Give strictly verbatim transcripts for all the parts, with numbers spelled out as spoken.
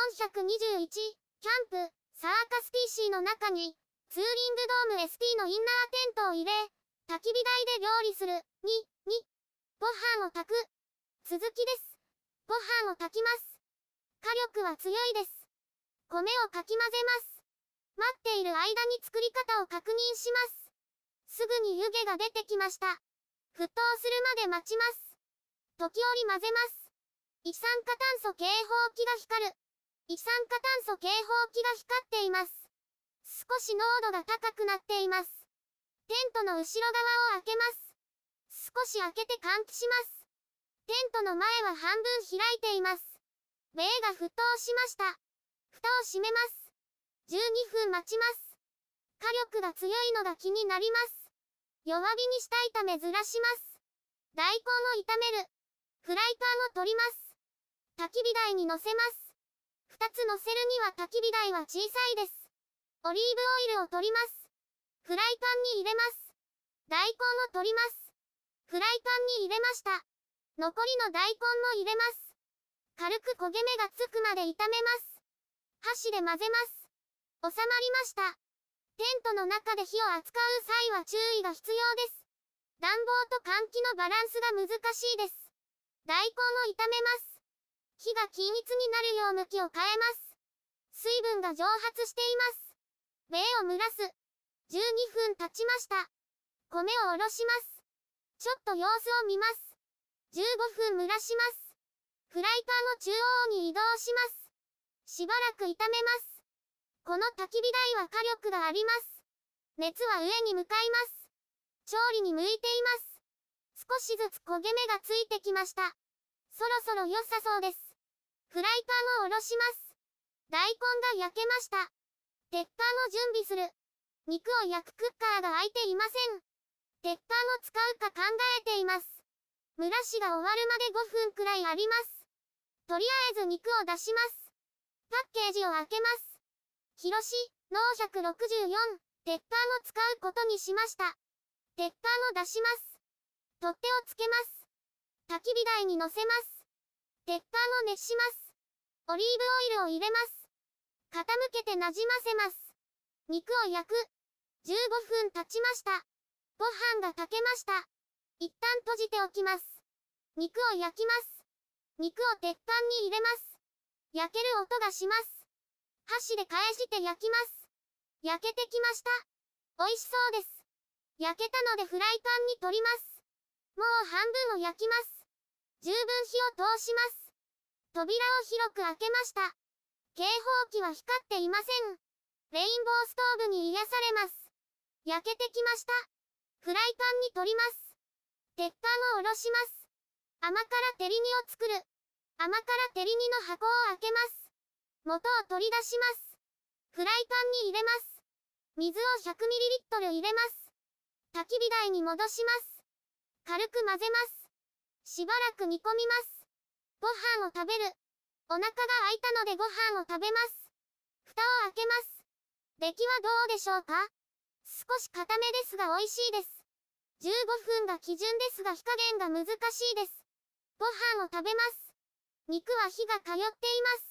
んひゃくにじゅういち、キャンプ、サーカス ティーシー の中に、ツーリングドーム エスティー のインナーテントを入れ、焚き火台で料理する。に、に、ご飯を炊く。続きです。ご飯を炊きます。火力は強いです。米をかき混ぜます。待っている間に作り方を確認します。すぐに湯気が出てきました。沸騰するまで待ちます。時折混ぜます。一酸化炭素警報器が光る。一酸化炭素警報器が光っています。少し濃度が高くなっています。テントの後ろ側を開けます。少し開けて換気します。テントの前は半分開いています。米が沸騰しました。蓋を閉めます。じゅうにふん待ちます。火力が強いのが気になります。弱火にしたいためずらします。大根を炒める。フライパンを取ります。焚き火台に乗せます。二つ乗せるには焚き火台は小さいです。オリーブオイルを取ります。フライパンに入れます。大根を取ります。フライパンに入れました。残りの大根も入れます。軽く焦げ目がつくまで炒めます。箸で混ぜます。収まりました。テントの中で火を扱う際は注意が必要です。暖房と換気のバランスが難しいです。大根を炒めます。火が均一になるよう向きを変えます。水分が蒸発しています。米を蒸らす。じゅうにふん経ちました。米をおろします。ちょっと様子を見ます。じゅうごふん蒸らします。フライパンを中央に移動します。しばらく炒めます。この焚き火台は火力があります。熱は上に向かいます。調理に向いています。少しずつ焦げ目がついてきました。そろそろ良さそうです。フライパンを下ろします。大根が焼けました。鉄板を準備する。肉を焼くクッカーが開いていません。鉄板を使うか考えています。蒸らしが終わるまでごふんくらいあります。とりあえず肉を出します。パッケージを開けます。広し、ノーひゃくろくじゅうよん、鉄板を使うことにしました。鉄板を出します。取っ手をつけます。焚き火台に乗せます。鉄板を熱します。オリーブオイルを入れます。傾けてなじませます。肉を焼く。じゅうごふん経ちました。ご飯が炊けました。一旦閉じておきます。肉を焼きます。肉を鉄板に入れます。焼ける音がします。箸で返して焼きます。焼けてきました。美味しそうです。焼けたのでフライパンに取ります。もう半分を焼きます。十分火を通します。扉を広く開けました。警報器は光っていません。レインボーストーブに癒されます。焼けてきました。フライパンに取ります。鉄板を下ろします。甘辛照り煮を作る。甘辛照り煮の箱を開けます。元を取り出します。フライパンに入れます。水を ひゃくミリリットル 入れます。焚き火台に戻します。軽く混ぜます。しばらく煮込みます。ご飯を食べる。お腹が空いたのでご飯を食べます。蓋を開けます。出来はどうでしょうか？少し固めですが美味しいです。じゅうごふんが基準ですが火加減が難しいです。ご飯を食べます。肉は火が通っています。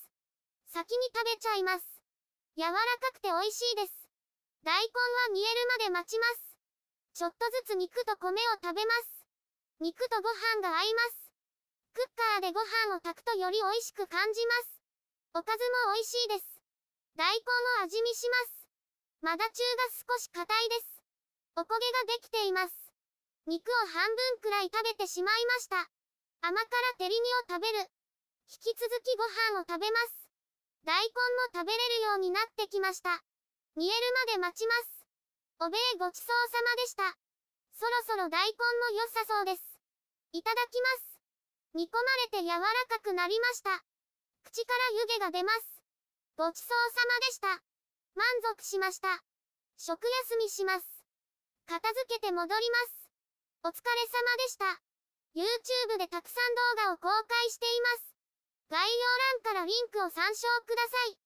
先に食べちゃいます。柔らかくて美味しいです。大根は煮えるまで待ちます。ちょっとずつ肉と米を食べます。肉とご飯が合います。クッカーでご飯を炊くとより美味しく感じます。おかずも美味しいです。大根を味見します。まだ中が少し硬いです。おこげができています。肉を半分くらい食べてしまいました。甘辛照り煮を食べる。引き続きご飯を食べます。大根も食べれるようになってきました。煮えるまで待ちます。おべえごちそうさまでした。そろそろ大根も良さそうです。いただきます。煮込まれて柔らかくなりました。口から湯気が出ます。ごちそうさまでした。満足しました。食休みします。片付けて戻ります。お疲れ様でした。YouTube でたくさん動画を公開しています。概要欄からリンクを参照ください。